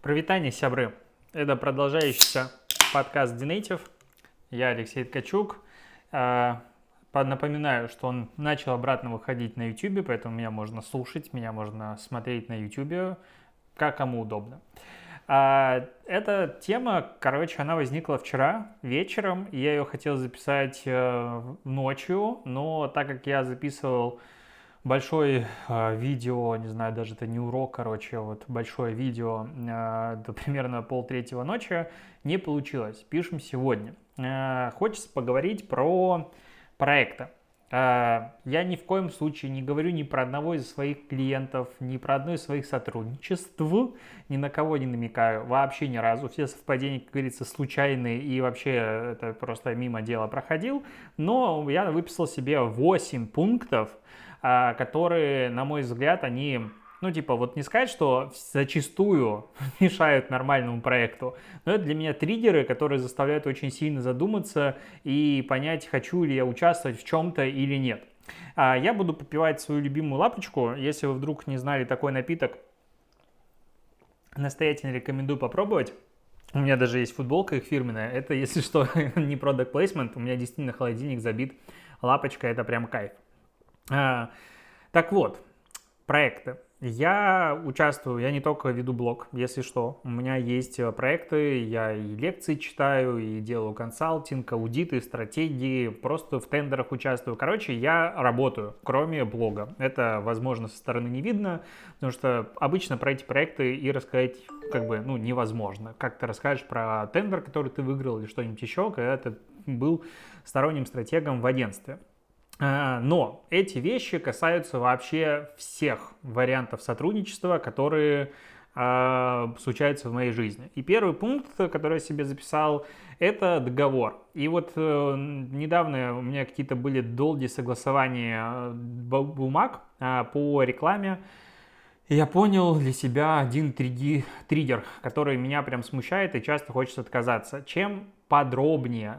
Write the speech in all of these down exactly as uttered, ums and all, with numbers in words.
Привитание, сябры! Это продолжающийся подкаст Dinative. Я Алексей Ткачук. Напоминаю, что он начал обратно выходить на YouTube, поэтому меня можно слушать, меня можно смотреть на YouTube, как кому удобно. Эта тема, короче, она возникла вчера вечером, и я ее хотел записать ночью, но так как я записывал большое э, видео, не знаю, даже это не урок, короче, вот большое видео э, до примерно полтретьего ночи, не получилось. Пишем сегодня. Э, хочется поговорить про проекты. Э, я ни в коем случае не говорю ни про одного из своих клиентов, ни про одно из своих сотрудничеств, ни на кого не намекаю, вообще ни разу. Все совпадения, как говорится, случайные, и вообще это просто мимо дела проходил. Но я выписал себе восемь пунктов, которые, на мой взгляд, они, ну, типа, вот не сказать, что зачастую мешают нормальному проекту, но это для меня триггеры, которые заставляют очень сильно задуматься и понять, хочу ли я участвовать в чем-то или нет. Я буду попивать свою любимую лапочку. Если вы вдруг не знали такой напиток, настоятельно рекомендую попробовать. У меня даже есть футболка их фирменная. Это, если что, не product placement. У меня действительно холодильник забит лапочкой. Это прям кайф. А, так вот, проекты. Я участвую, я не только веду блог, если что. У меня есть проекты, я и лекции читаю, и делаю консалтинг, аудиты, стратегии, просто в тендерах участвую. Короче, я работаю, кроме блога. Это, возможно, со стороны не видно, потому что обычно про эти проекты и рассказать как бы, ну, невозможно. Как ты расскажешь про тендер, который ты выиграл, или что-нибудь еще, когда ты был сторонним стратегом в агентстве. Но эти вещи касаются вообще всех вариантов сотрудничества, которые э, случаются в моей жизни. И первый пункт, который я себе записал, это договор. И вот э, недавно у меня какие-то были долгие согласования бумаг э, по рекламе. И я понял для себя один триги, триггер, который меня прям смущает и часто хочется отказаться. Чем подробнее,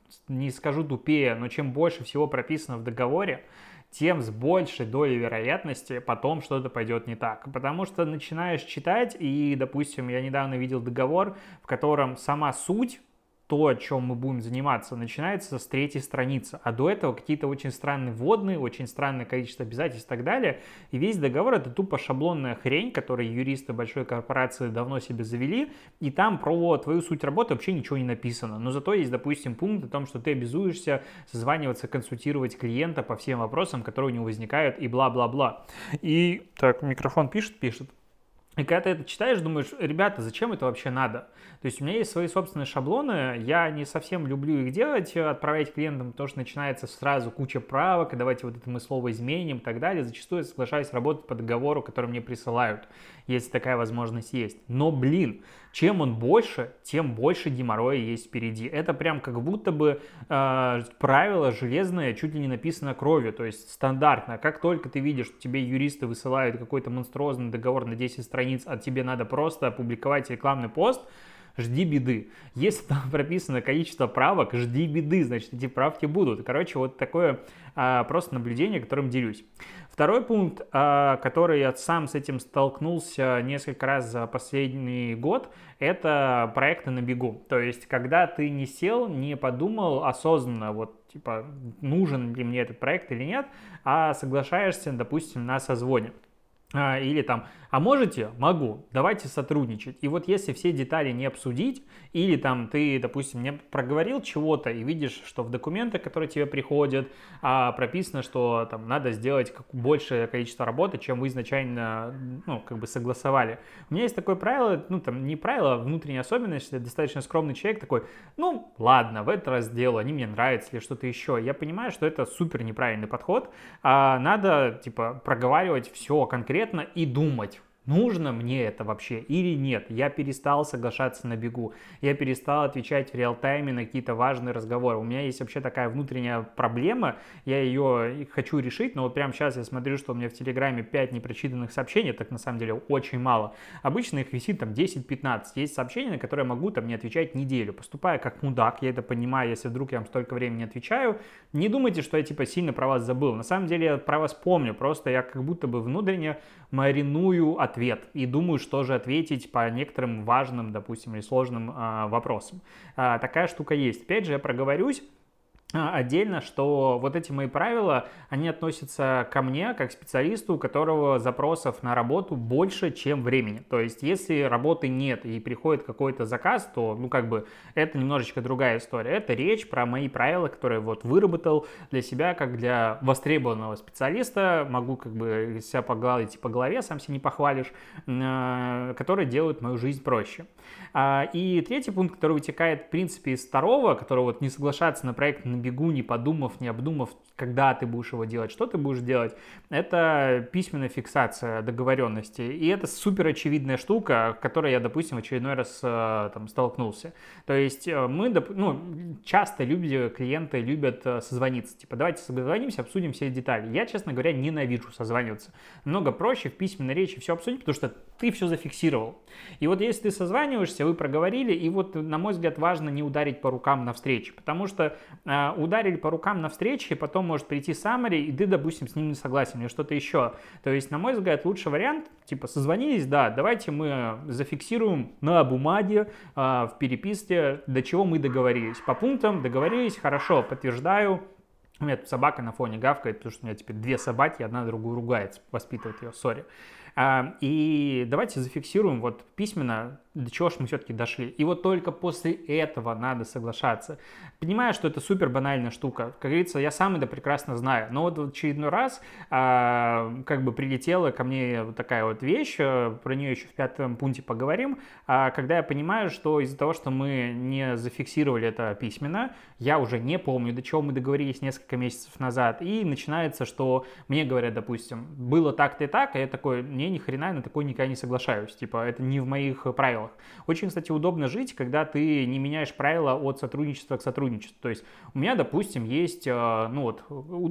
не скажу тупее, но чем больше всего прописано в договоре, тем с большей долей вероятности потом что-то пойдет не так. Потому что начинаешь читать, и, допустим, я недавно видел договор, в котором сама суть, то, о чем мы будем заниматься, начинается с третьей страницы, а до этого какие-то очень странные вводные, очень странное количество обязательств и так далее. И весь договор — это тупо шаблонная хрень, которую юристы большой корпорации давно себе завели, и там про твою суть работы вообще ничего не написано. Но зато есть, допустим, пункт о том, что ты обязуешься созваниваться, консультировать клиента по всем вопросам, которые у него возникают, и бла-бла-бла. И так, микрофон пишет, пишет. И когда ты это читаешь, думаешь, ребята, зачем это вообще надо? То есть у меня есть свои собственные шаблоны, я не совсем люблю их делать, отправлять клиентам, потому что начинается сразу куча правок, и давайте вот это мы слово изменим и так далее. Зачастую я соглашаюсь работать по договору, который мне присылают, если такая возможность есть. Но, блин, чем он больше, тем больше геморроя есть впереди. Это прям как будто бы э, правило железное, чуть ли не написано кровью, то есть стандартно. Как только ты видишь, что тебе юристы высылают какой-то монструозный договор на десять страниц, а тебе надо просто опубликовать рекламный пост, жди беды. Если там прописано количество правок, жди беды, значит, эти правки будут. Короче, вот такое а, просто наблюдение, которым делюсь. Второй пункт, а, который я сам с этим столкнулся несколько раз за последний год, это проекты на бегу. То есть, когда ты не сел, не подумал осознанно, вот, типа, нужен ли мне этот проект или нет, а соглашаешься, допустим, на созвоне. Или там, а можете? Могу, давайте сотрудничать. И вот если все детали не обсудить, или там ты, допустим, не проговорил чего-то и видишь, что в документах, которые тебе приходят, прописано, что там надо сделать большее количество работы, чем вы изначально, ну, как бы согласовали. У меня есть такое правило, ну, там, не правило, а внутренняя особенность, я достаточно скромный человек такой, ну, ладно, в этот раз сделаю, они мне нравятся или что-то еще. Я понимаю, что это супер неправильный подход, а надо, типа, проговаривать все конкретно и думать, нужно мне это вообще или нет. Я перестал соглашаться на бегу, я перестал отвечать в реал-тайме на какие-то важные разговоры. У меня есть вообще такая внутренняя проблема, я ее хочу решить, но вот прямо сейчас я смотрю, что у меня в Телеграме пять непрочитанных сообщений, так на самом деле очень мало. Обычно их висит там десять-пятнадцать. Есть сообщения, на которые я могу там не отвечать неделю. Поступая как мудак, я это понимаю, если вдруг я вам столько времени не отвечаю. Не думайте, что я типа сильно про вас забыл. На самом деле я про вас помню, просто я как будто бы внутренне мариную от ответ и думаю, что же ответить по некоторым важным, допустим, или сложным а, вопросам. А, такая штука есть. Опять же, я проговорюсь отдельно, что вот эти мои правила, они относятся ко мне как специалисту, у которого запросов на работу больше, чем времени. То есть, если работы нет и приходит какой-то заказ, то, ну, как бы, это немножечко другая история. Это речь про мои правила, которые вот выработал для себя, как для востребованного специалиста, могу как бы себя погладить по голове, сам себя не похвалишь, которые делают мою жизнь проще. И третий пункт, который вытекает, в принципе, из второго, который вот не соглашаться на проект на бегу, не подумав, не обдумав, когда ты будешь его делать, что ты будешь делать, это письменная фиксация договоренности. И это супер очевидная штука, с которой я, допустим, в очередной раз там столкнулся. То есть мы, ну, часто люди, клиенты любят созвониться. Типа, давайте созвонимся, обсудим все детали. Я, честно говоря, ненавижу созваниваться. Намного проще в письменной речи все обсудить, потому что ты все зафиксировал. И вот если ты созваниваешься, вы проговорили, и вот, на мой взгляд, важно не ударить по рукам на встрече, потому что э, ударили по рукам на встрече, потом может прийти summary, и ты, допустим, с ним не согласен, или что-то еще. То есть, на мой взгляд, лучший вариант, типа, созвонились, да, давайте мы зафиксируем на бумаге, э, в переписке, до чего мы договорились. По пунктам договорились, хорошо, подтверждаю. У меня тут собака на фоне гавкает, потому что у меня теперь две собаки, одна другую ругается, воспитывает ее, сори. И давайте зафиксируем вот письменно, до чего же мы все-таки дошли. И вот только после этого надо соглашаться. Понимаю, что это супер банальная штука. Как говорится, я сам это прекрасно знаю. Но вот в очередной раз а, как бы прилетела ко мне вот такая вот вещь, про нее еще в пятом пункте поговорим, а, когда я понимаю, что из-за того, что мы не зафиксировали это письменно, я уже не помню, до чего мы договорились несколько месяцев назад, и начинается, что мне говорят, допустим, было так-то и так, а я такой, не, ни хрена, я на такое никогда не соглашаюсь. Типа, это не в моих правилах. Очень, кстати, удобно жить, когда ты не меняешь правила от сотрудничества к сотрудничеству. То есть у меня, допустим, есть, ну вот,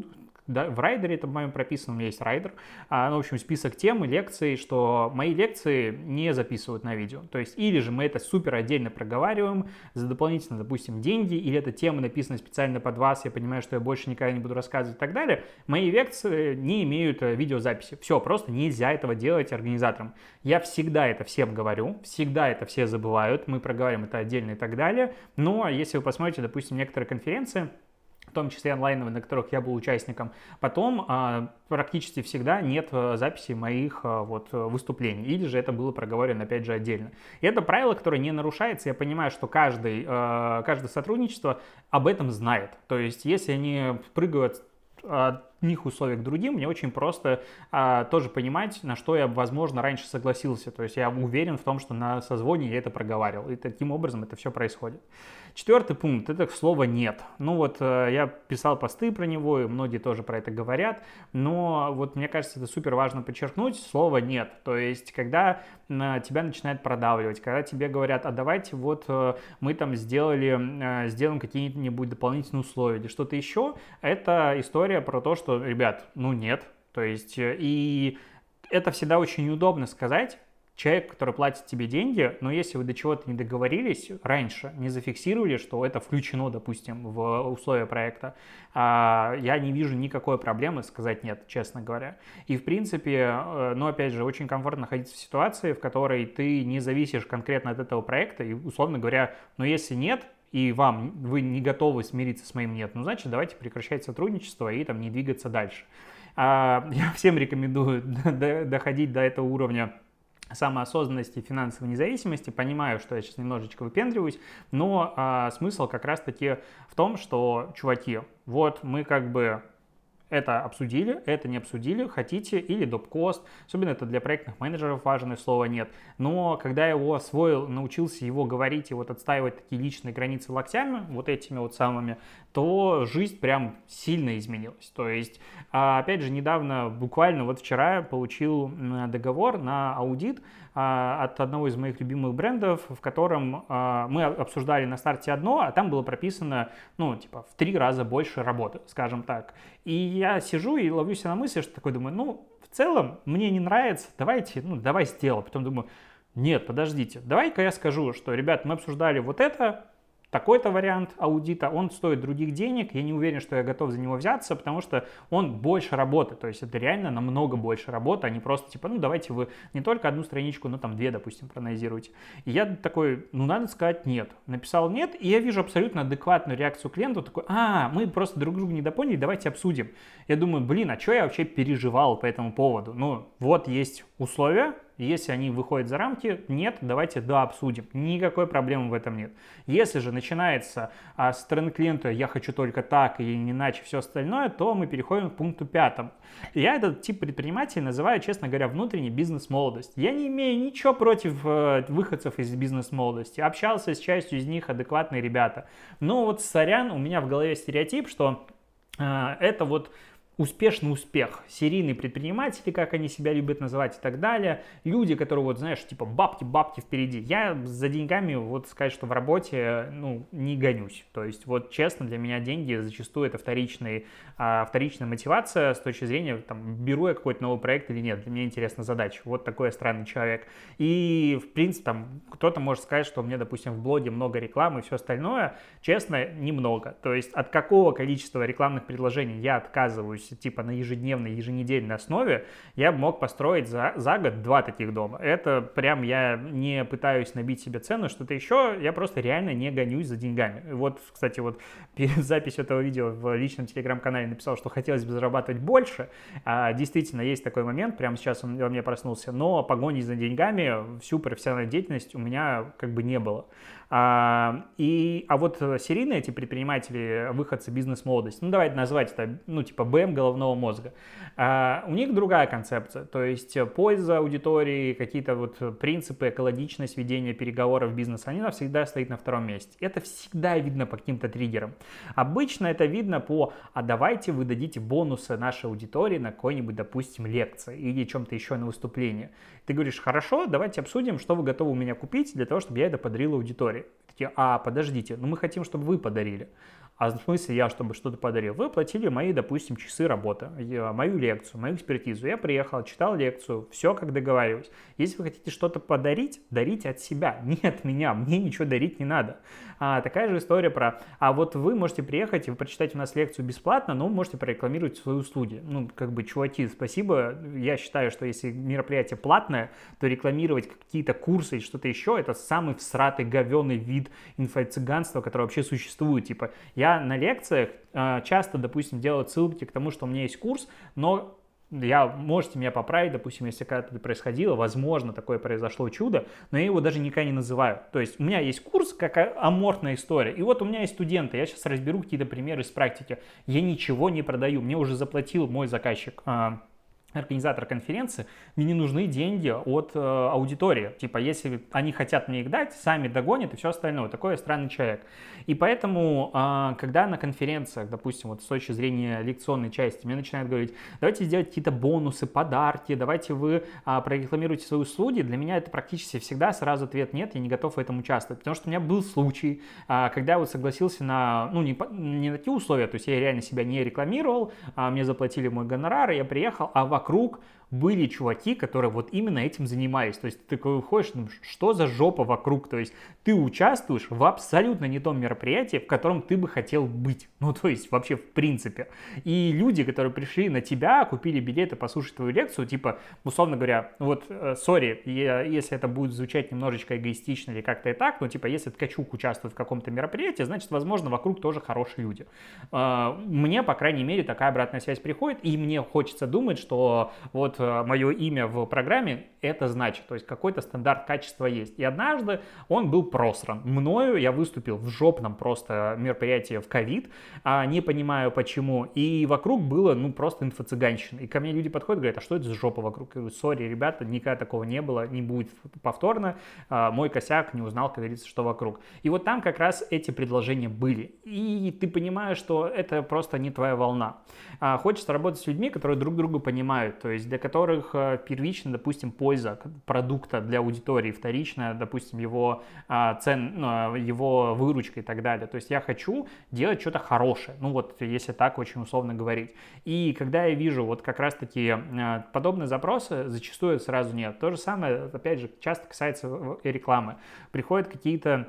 да, в райдере это в моем прописано, у меня есть райдер, а, ну, в общем, список тем и лекций, что мои лекции не записывают на видео. То есть или же мы это супер отдельно проговариваем за дополнительно, допустим, деньги, или эта тема написана специально под вас, я понимаю, что я больше никогда не буду рассказывать и так далее. Мои лекции не имеют видеозаписи. Все, просто нельзя этого делать организаторам. Я всегда это всем говорю, всегда это все забывают, мы проговариваем это отдельно и так далее. Но если вы посмотрите, допустим, некоторые конференции, в том числе онлайновые, на которых я был участником, потом а, практически всегда нет записи моих а, вот, выступлений, или же это было проговорено, опять же, отдельно. И это правило, которое не нарушается, я понимаю, что каждый, а, каждое сотрудничество об этом знает. То есть, если они прыгают от одних условий к другим, мне очень просто а, тоже понимать, на что я, возможно, раньше согласился. То есть я уверен в том, что на созвоне я это проговаривал. И таким образом это все происходит. Четвертый пункт – это слово «нет». Ну вот я писал посты про него, и многие тоже про это говорят, но вот мне кажется, это супер важно подчеркнуть слово «нет». То есть когда тебя начинают продавливать, когда тебе говорят, а давайте вот мы там сделали, сделаем какие-нибудь дополнительные условия или что-то еще, это история про то, что, ребят, ну нет. То есть и это всегда очень неудобно сказать человеку, который платит тебе деньги, но если вы до чего-то не договорились раньше, не зафиксировали, что это включено, допустим, в условия проекта, я не вижу никакой проблемы сказать нет, честно говоря. И, в принципе, ну, опять же, очень комфортно находиться в ситуации, в которой ты не зависишь конкретно от этого проекта, и, условно говоря, ну, если нет, и вам, вы не готовы смириться с моим нет, ну, значит, давайте прекращать сотрудничество и там не двигаться дальше. Я всем рекомендую доходить до этого уровня самоосознанности и финансовой независимости. Понимаю, что я сейчас немножечко выпендриваюсь, но а, смысл как раз-таки в том, что, чуваки, вот мы как бы это обсудили, это не обсудили, хотите, или доп-кост, особенно это для проектных менеджеров важное слово «нет». Но когда я его освоил, научился его говорить и вот отстаивать такие личные границы локтями, вот этими вот самыми, то жизнь прям сильно изменилась. То есть, опять же, недавно, буквально вот вчера я получил договор на аудит от одного из моих любимых брендов, в котором мы обсуждали на старте одно, а там было прописано, ну, типа, в три раза больше работы, скажем так. И я сижу и ловлю себя на мысли, что такой думаю, ну, в целом, мне не нравится, давайте, ну, давай сделаем. Потом думаю, нет, подождите, давай-ка я скажу, что, ребят, мы обсуждали вот это, такой-то вариант аудита, он стоит других денег, я не уверен, что я готов за него взяться, потому что он больше работы, то есть это реально намного больше работы, а не просто типа, ну давайте вы не только одну страничку, но там две, допустим, проанализируйте. И я такой, ну надо сказать нет. Написал нет, и я вижу абсолютно адекватную реакцию клиента, такой, а, мы просто друг друга недопоняли, давайте обсудим. Я думаю, блин, а что я вообще переживал по этому поводу? Ну, вот есть условия, если они выходят за рамки, нет, давайте да, обсудим. Никакой проблемы в этом нет. Если же начинается а, со стороны клиента «я хочу только так» и не иначе все остальное, то мы переходим к пункту пятому. Я этот тип предпринимателей называю, честно говоря, внутренней бизнес-молодость. Я не имею ничего против э, выходцев из бизнес-молодости. Общался с частью из них, адекватные ребята. Но вот сорян, у меня в голове стереотип, что э, это вот успешный успех, серийные предприниматели, как они себя любят называть и так далее, люди, которые вот, знаешь, типа бабки, бабки впереди. Я за деньгами, вот сказать, что в работе, ну, не гонюсь. То есть, вот честно, для меня деньги зачастую это вторичный, а, вторичная мотивация с точки зрения, там, беру я какой-то новый проект или нет, для меня интересна задача. Вот такой я странный человек. И, в принципе, там, кто-то может сказать, что у меня, допустим, в блоге много рекламы и все остальное. Честно, немного. То есть, от какого количества рекламных предложений я отказываюсь типа на ежедневной, еженедельной основе, я мог построить за, за год два таких дома. Это прям я не пытаюсь набить себе цену, что-то еще, я просто реально не гонюсь за деньгами. Вот, кстати, вот перед записью этого видео в личном телеграм-канале написал, что хотелось бы зарабатывать больше. А, действительно, есть такой момент, прямо сейчас он во мне проснулся, но погони за деньгами, всю профессиональную деятельность у меня как бы не было. А, и, а вот серийные эти предприниматели, выходцы бизнес-молодости, ну давайте назвать это, ну типа БМ головного мозга, а, у них другая концепция, то есть польза аудитории, какие-то вот принципы, экологичность ведения переговоров бизнеса, они всегда стоят на втором месте. Это всегда видно по каким-то триггерам. Обычно это видно по, а давайте вы дадите бонусы нашей аудитории на какой-нибудь, допустим, лекции или чем-то еще на выступлении. Ты говоришь, хорошо, давайте обсудим, что вы готовы у меня купить для того, чтобы я это подарил аудитории. Такие, а, подождите, ну мы хотим, чтобы вы подарили. А в смысле я, чтобы что-то подарил? Вы оплатили мои, допустим, часы работы, мою лекцию, мою экспертизу. Я приехал, читал лекцию, все как договаривались. Если вы хотите что-то подарить, дарите от себя, не от меня, мне ничего дарить не надо. А, такая же история про, а вот вы можете приехать и вы прочитать у нас лекцию бесплатно, но можете прорекламировать свои услуги. Ну, как бы, чуваки, спасибо. Я считаю, что если мероприятие платное, то рекламировать какие-то курсы и что-то еще, это самый всратый, говёный вид инфо-цыганства, который вообще существует. Типа, я на лекциях э, часто, допустим, делаю ссылки к тому, что у меня есть курс, но я, можете меня поправить, допустим, если когда-то это происходило, возможно, такое произошло чудо, но я его даже никогда не называю. То есть у меня есть курс, как аморфная история, и вот у меня есть студенты, я сейчас разберу какие-то примеры из практики. Я ничего не продаю, мне уже заплатил мой заказчик, э, организатор конференции, мне не нужны деньги от э, аудитории. Типа, если они хотят мне их дать, сами догонят и все остальное. Такой я странный человек. И поэтому, э, когда на конференциях, допустим, вот с точки зрения лекционной части, мне начинают говорить, давайте сделать какие-то бонусы, подарки, давайте вы э, прорекламируйте свои услуги, для меня это практически всегда сразу ответ нет, я не готов в этом участвовать. Потому что у меня был случай, э, когда я вот согласился на, ну, не, не на такие условия, то есть я реально себя не рекламировал, э, мне заплатили мой гонорар, я приехал, а вокруг были чуваки, которые вот именно этим занимались. То есть ты такой выходишь, ну, что за жопа вокруг? То есть ты участвуешь в абсолютно не том мероприятии, в котором ты бы хотел быть. Ну, то есть вообще в принципе. И люди, которые пришли на тебя, купили билеты послушать твою лекцию, типа, условно говоря, вот, сори, э, если это будет звучать немножечко эгоистично или как-то и так, но типа, если Ткачук участвует в каком-то мероприятии, значит, возможно, вокруг тоже хорошие люди. Э, мне, по крайней мере, такая обратная связь приходит, и мне хочется думать, что вот мое имя в программе это значит, то есть какой-то стандарт качества есть. И однажды он был просран. Мною я выступил в жопном просто мероприятии в ковид, не понимаю почему, и вокруг было ну просто инфо-цыганщина. И ко мне люди подходят и говорят, а что это за жопа вокруг? Я говорю, сори, ребята, никогда такого не было, не будет повторно, мой косяк, не узнал, как говорится, что вокруг. И вот там как раз эти предложения были. И ты понимаешь, что это просто не твоя волна. Хочется работать с людьми, которые друг друга понимают, то есть для которых первично, допустим, польза продукта для аудитории, вторичная, допустим, его цен, его выручка и так далее. То есть я хочу делать что-то хорошее, ну вот если так очень условно говорить. И когда я вижу вот как раз-таки подобные запросы, зачастую сразу нет. То же самое, опять же, часто касается рекламы. Приходят какие-то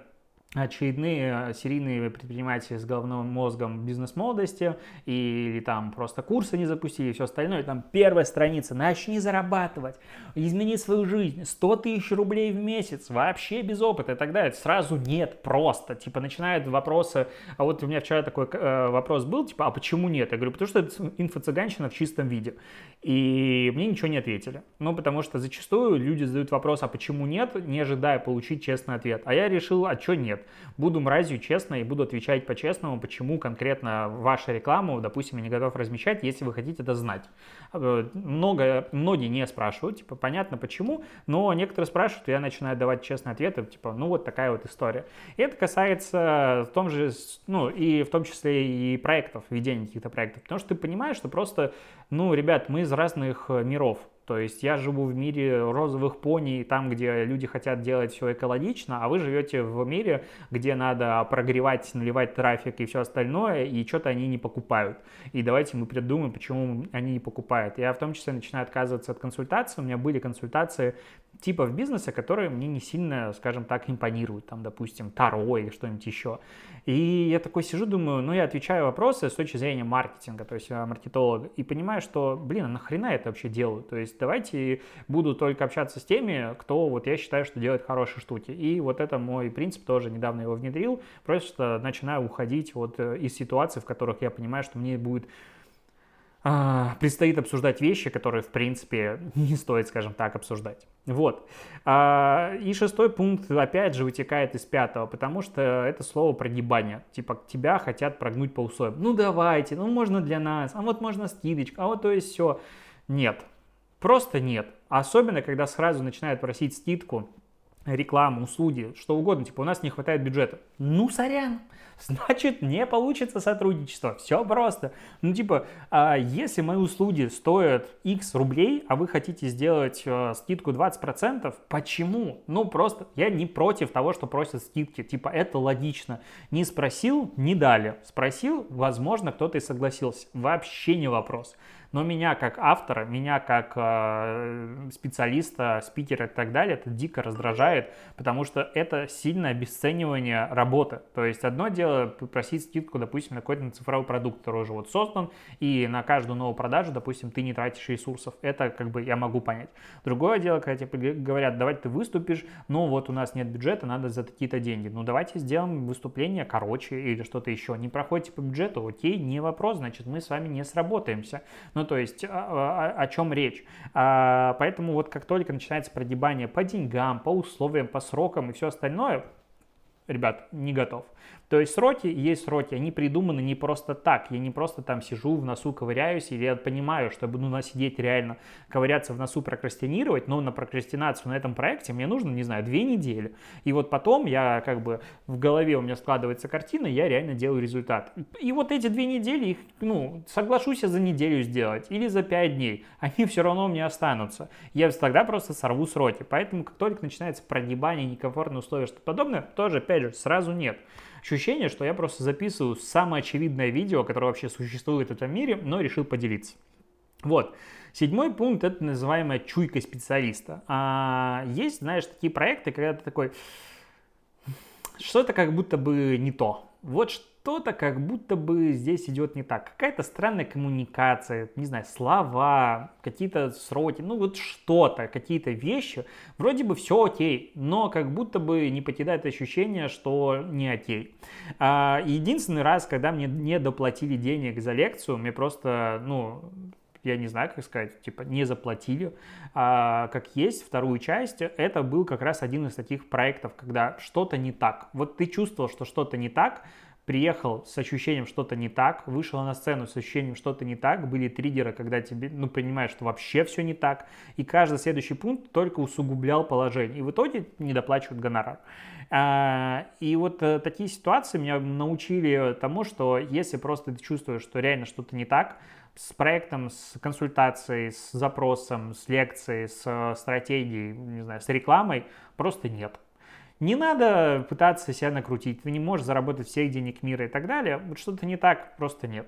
очередные серийные предприниматели с головным мозгом бизнес-молодости или там просто курсы не запустили и все остальное, там первая страница, начни зарабатывать, измени свою жизнь, сто тысяч рублей в месяц, вообще без опыта и так далее. Сразу нет, просто, типа начинают вопросы, а вот у меня вчера такой э, вопрос был, типа, а почему нет? Я говорю, потому что это инфо-цыганщина в чистом виде. И мне ничего не ответили. Ну, потому что зачастую люди задают вопрос, а почему нет, не ожидая получить честный ответ. А я решил, а что нет? Буду мразью честно и буду отвечать по-честному, почему конкретно вашу рекламу, допустим, я не готов размещать, если вы хотите это знать. Много, многие не спрашивают, типа, понятно почему, но некоторые спрашивают, и я начинаю давать честные ответы, типа, ну вот такая вот история. И это касается в том же, ну и в том числе и проектов, ведения каких-то проектов, потому что ты понимаешь, что просто, ну, ребят, мы из разных миров. То есть я живу в мире розовых пони, там, где люди хотят делать все экологично, а вы живете в мире, где надо прогревать, наливать трафик и все остальное, и что-то они не покупают. И давайте мы придумаем, почему они не покупают. Я в том числе начинаю отказываться от консультаций. У меня были консультации типов бизнеса, которые мне не сильно, скажем так, импонируют. Там, допустим, Таро или что-нибудь еще. И я такой сижу, думаю, ну я отвечаю вопросы с точки зрения маркетинга, то есть маркетолога, и понимаю, что, блин, а нахрена я это вообще делаю? То есть давайте буду только общаться с теми, кто вот я считаю, что делает хорошие штуки. И вот это мой принцип, тоже недавно его внедрил, просто начинаю уходить вот из ситуаций, в которых я понимаю, что мне будет а, предстоит обсуждать вещи, которые, в принципе, не стоит, скажем так, обсуждать. Вот. А, и шестой пункт, опять же, вытекает из пятого, потому что это слово прогибание. Типа, тебя хотят прогнуть по условиям. Ну, давайте, ну, можно для нас, а вот можно скидочка, а вот то есть все. Нет. Просто нет. Особенно, когда сразу начинают просить скидку, рекламу, услуги, что угодно. Типа, у нас не хватает бюджета. Ну, сорян. Значит, не получится сотрудничество. Все просто. Ну, типа, если мои услуги стоят X рублей, а вы хотите сделать скидку двадцать процентов, почему? Ну, просто я не против того, что просят скидки. Типа, это логично. Не спросил, не дали. Спросил, возможно, кто-то и согласился. Вообще не вопрос. Но меня как автора, меня как э, специалиста, спикера и так далее, это дико раздражает, потому что это сильное обесценивание работы. То есть одно дело попросить скидку, допустим, на какой-то цифровой продукт, который уже вот создан, и на каждую новую продажу, допустим, ты не тратишь ресурсов. Это как бы я могу понять. Другое дело, когда тебе говорят, давай ты выступишь, но вот у нас нет бюджета, надо за такие-то деньги. Ну давайте сделаем выступление короче или что-то еще. Не проходите по бюджету, окей, не вопрос, значит мы с вами не сработаемся. Ну, то есть, о, о, о чем речь. А, поэтому вот как только начинается прогибание по деньгам, по условиям, по срокам и все остальное, ребят, не готов. То есть сроки есть сроки, они придуманы не просто так. Я не просто там сижу в носу, ковыряюсь, или я понимаю, что я буду насидеть реально, ковыряться в носу, прокрастинировать, но на прокрастинацию на этом проекте мне нужно, не знаю, две недели. И вот потом я как бы в голове у меня складывается картина, я реально делаю результат. И вот эти две недели, их, ну, соглашусь я за неделю сделать или за пять дней, они все равно у меня останутся. Я тогда просто сорву сроки. Поэтому как только начинается прогибание, некомфортные условия, что-то подобное, тоже, опять же, сразу нет. Ощущение, что я просто записываю самое очевидное видео, которое вообще существует в этом мире, но решил поделиться. Вот. Седьмой пункт – это называемая чуйка специалиста. А есть, знаешь, такие проекты, когда ты такой, что-то как будто бы не то. Вот что-то как будто бы здесь идет не так. Какая-то странная коммуникация, не знаю, слова, какие-то сроки, ну вот что-то, какие-то вещи. Вроде бы все окей, но как будто бы не покидает ощущение, что не окей. А, единственный раз, когда мне не доплатили денег за лекцию, мне просто, ну... я не знаю, как сказать, типа не заплатили, а, как есть вторую часть, это был как раз один из таких проектов, когда что-то не так. Вот ты чувствовал, что что-то не так, приехал с ощущением что-то не так, вышел на сцену с ощущением что-то не так, были триггеры, когда тебе, ну, понимаешь, что вообще все не так, и каждый следующий пункт только усугублял положение, и в итоге не доплачивают гонорар. А, и вот а, такие ситуации меня научили тому, что если просто ты чувствуешь, что реально что-то не так, с проектом, с консультацией, с запросом, с лекцией, с стратегией, не знаю, с рекламой, просто нет. Не надо пытаться себя накрутить, ты не можешь заработать всех денег мира и так далее, вот что-то не так, просто нет.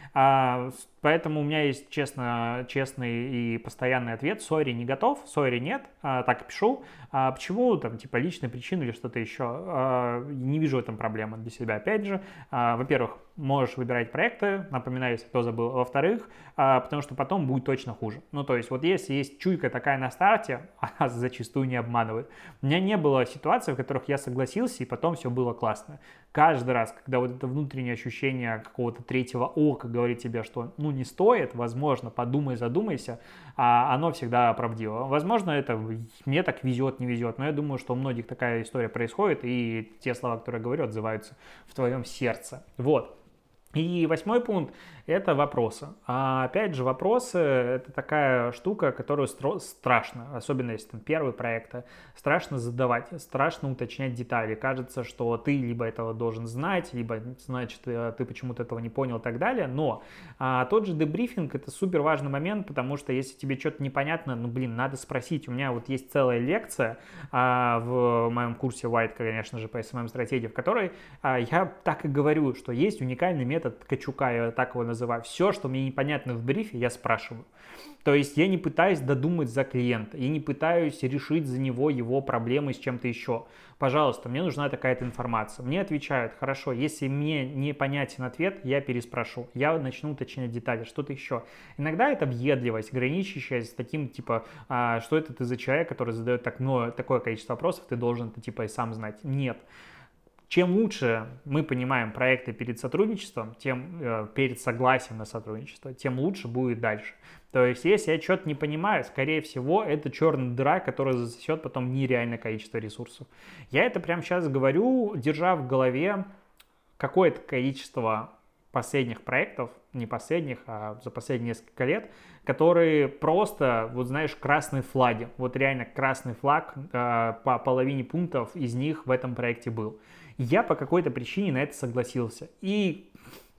А, поэтому у меня есть честно, честный и постоянный ответ. Сори, не готов, сори, нет, а, так и пишу. А почему? Там, типа, личные причины или что-то еще. А, не вижу в этом проблемы для себя. Опять же, а, во-первых, можешь выбирать проекты, напоминаю, если кто забыл. Во-вторых, а, потому что потом будет точно хуже. Ну, то есть, вот если есть чуйка такая на старте, она зачастую не обманывает. У меня не было ситуаций, в которых я согласился, и потом все было классно. Каждый раз, когда вот это внутреннее ощущение какого-то третьего ока говорит тебе, что ну не стоит, возможно, подумай, задумайся, а оно всегда правдиво. Возможно, это мне так везет, не везет, но я думаю, что у многих такая история происходит, и те слова, которые я говорю, отзываются в твоем сердце. Вот. И восьмой пункт – это вопросы. А опять же, вопросы – это такая штука, которую стро- страшно, особенно если там первые проекты, страшно задавать, страшно уточнять детали. Кажется, что ты либо этого должен знать, либо, значит, ты почему-то этого не понял и так далее. Но а, тот же дебрифинг – это супер важный момент, потому что если тебе что-то непонятно, ну, блин, надо спросить. У меня вот есть целая лекция а, в моем курсе White, конечно же, по эс эм эм-стратегии, в которой а, я так и говорю, что есть уникальный метод Ткачука, я так его называю. Все, что мне непонятно в брифе, я спрашиваю. То есть я не пытаюсь додумать за клиента, я не пытаюсь решить за него его проблемы с чем-то еще. Пожалуйста, мне нужна такая-то информация. Мне отвечают, хорошо, если мне непонятен ответ, я переспрошу. Я начну уточнять детали, что-то еще. Иногда это въедливость, граничащая с таким, типа, а, что это ты за человек, который задает так, ну, такое количество вопросов, ты должен это, типа, и сам знать. Нет. Чем лучше мы понимаем проекты перед сотрудничеством, тем э, перед согласием на сотрудничество, тем лучше будет дальше. То есть, если я что-то не понимаю, скорее всего, это черная дыра, которая засосет потом нереальное количество ресурсов. Я это прямо сейчас говорю, держа в голове какое-то количество последних проектов, не последних, а за последние несколько лет, которые просто, вот знаешь, красные флаги. Вот реально красный флаг э, по половине пунктов из них в этом проекте был. Я по какой-то причине на это согласился. И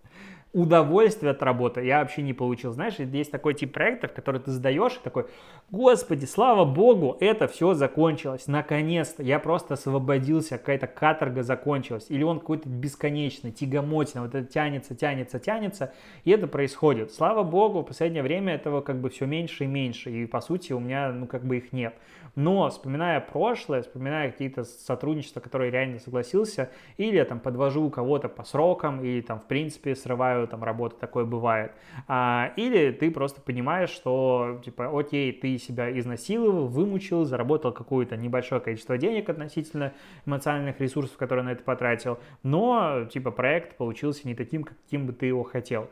удовольствие от работы я вообще не получил. Знаешь, есть такой тип проектов, который ты сдаешь, и такой, господи, слава богу, это все закончилось. Наконец-то я просто освободился, какая-то каторга закончилась. Или он какой-то бесконечный, тягомотина, вот это тянется, тянется, тянется, и это происходит. Слава богу, в последнее время этого как бы все меньше и меньше, и по сути у меня, ну, как бы их нет. Но, вспоминая прошлое, вспоминая какие-то сотрудничества, которые я реально согласился, или я там подвожу кого-то по срокам, или там, в принципе, срываю там работу, такое бывает. А, или ты просто понимаешь, что, типа, окей, ты себя изнасиловал, вымучил, заработал какое-то небольшое количество денег относительно эмоциональных ресурсов, которые на это потратил, но, типа, проект получился не таким, каким бы ты его хотел.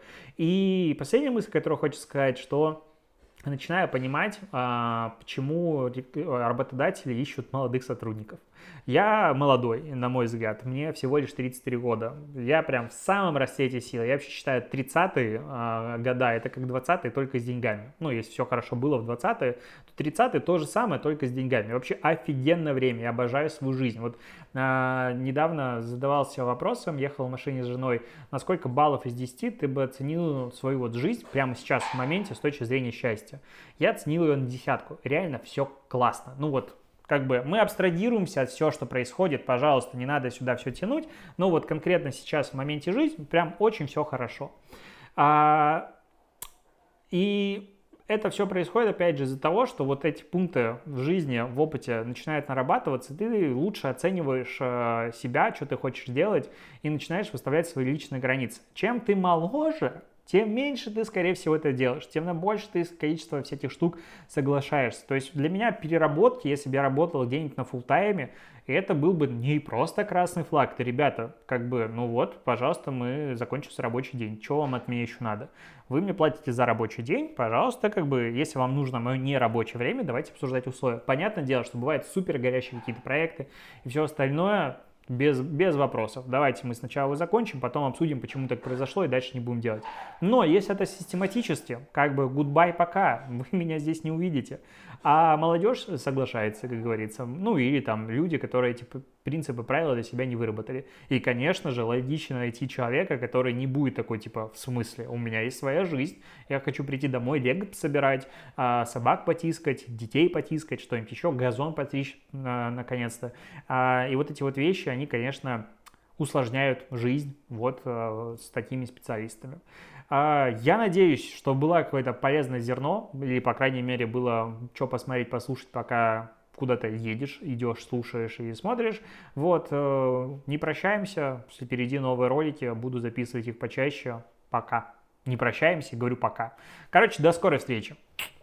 И последняя мысль, которую хочу сказать, что начинаю понимать, почему работодатели ищут молодых сотрудников. Я молодой, на мой взгляд, мне всего лишь тридцать три года. Я прям в самом расцвете сил. Я вообще считаю, тридцатые года это как двадцатые, только с деньгами. Ну, если все хорошо было в двадцатые, то тридцатые то же самое, только с деньгами. Вообще офигенное время, я обожаю свою жизнь. Вот а, недавно задавался вопросом, ехал в машине с женой, на сколько баллов из десяти ты бы оценил свою вот жизнь прямо сейчас, в моменте, с точки зрения счастья. Я оценил ее на десятку. Реально все классно. Ну вот, как бы мы абстрагируемся от всего, что происходит, пожалуйста, не надо сюда все тянуть, но вот конкретно сейчас в моменте жизни прям очень все хорошо. А, и это все происходит, опять же, из-за того, что вот эти пункты в жизни, в опыте начинают нарабатываться, ты лучше оцениваешь э, себя, что ты хочешь делать, и начинаешь выставлять свои личные границы. Чем ты моложе, тем меньше ты, скорее всего, это делаешь, тем на больше ты количество всяких штук соглашаешься. То есть для меня переработки, если бы я работал где-нибудь на фулл-тайме, это был бы не просто красный флаг. То, ребята, как бы, ну вот, пожалуйста, мы закончился рабочий день. Чего вам от меня еще надо? Вы мне платите за рабочий день, пожалуйста, как бы, если вам нужно мое нерабочее время, давайте обсуждать условия. Понятное дело, что бывают супер горячие какие-то проекты и все остальное. Без, без вопросов. Давайте мы сначала его закончим, потом обсудим, почему так произошло, и дальше не будем делать. Но если это систематически, как бы goodbye, пока, вы меня здесь не увидите. А молодежь соглашается, как говорится. Ну или там люди, которые эти принципы, правила для себя не выработали. И, конечно же, логично найти человека, который не будет такой, типа, в смысле, у меня есть своя жизнь, я хочу прийти домой, лего собирать, собак потискать, детей потискать, что-нибудь еще, газон потричь, наконец-то. И вот эти вот вещи, они, конечно, усложняют жизнь вот э, с такими специалистами. Э, я надеюсь, что было какое-то полезное зерно, или, по крайней мере, было что посмотреть, послушать, пока куда-то едешь, идешь, слушаешь и смотришь. Вот, э, не прощаемся, впереди новые ролики, буду записывать их почаще. Пока. Не прощаемся, говорю пока. Короче, до скорой встречи.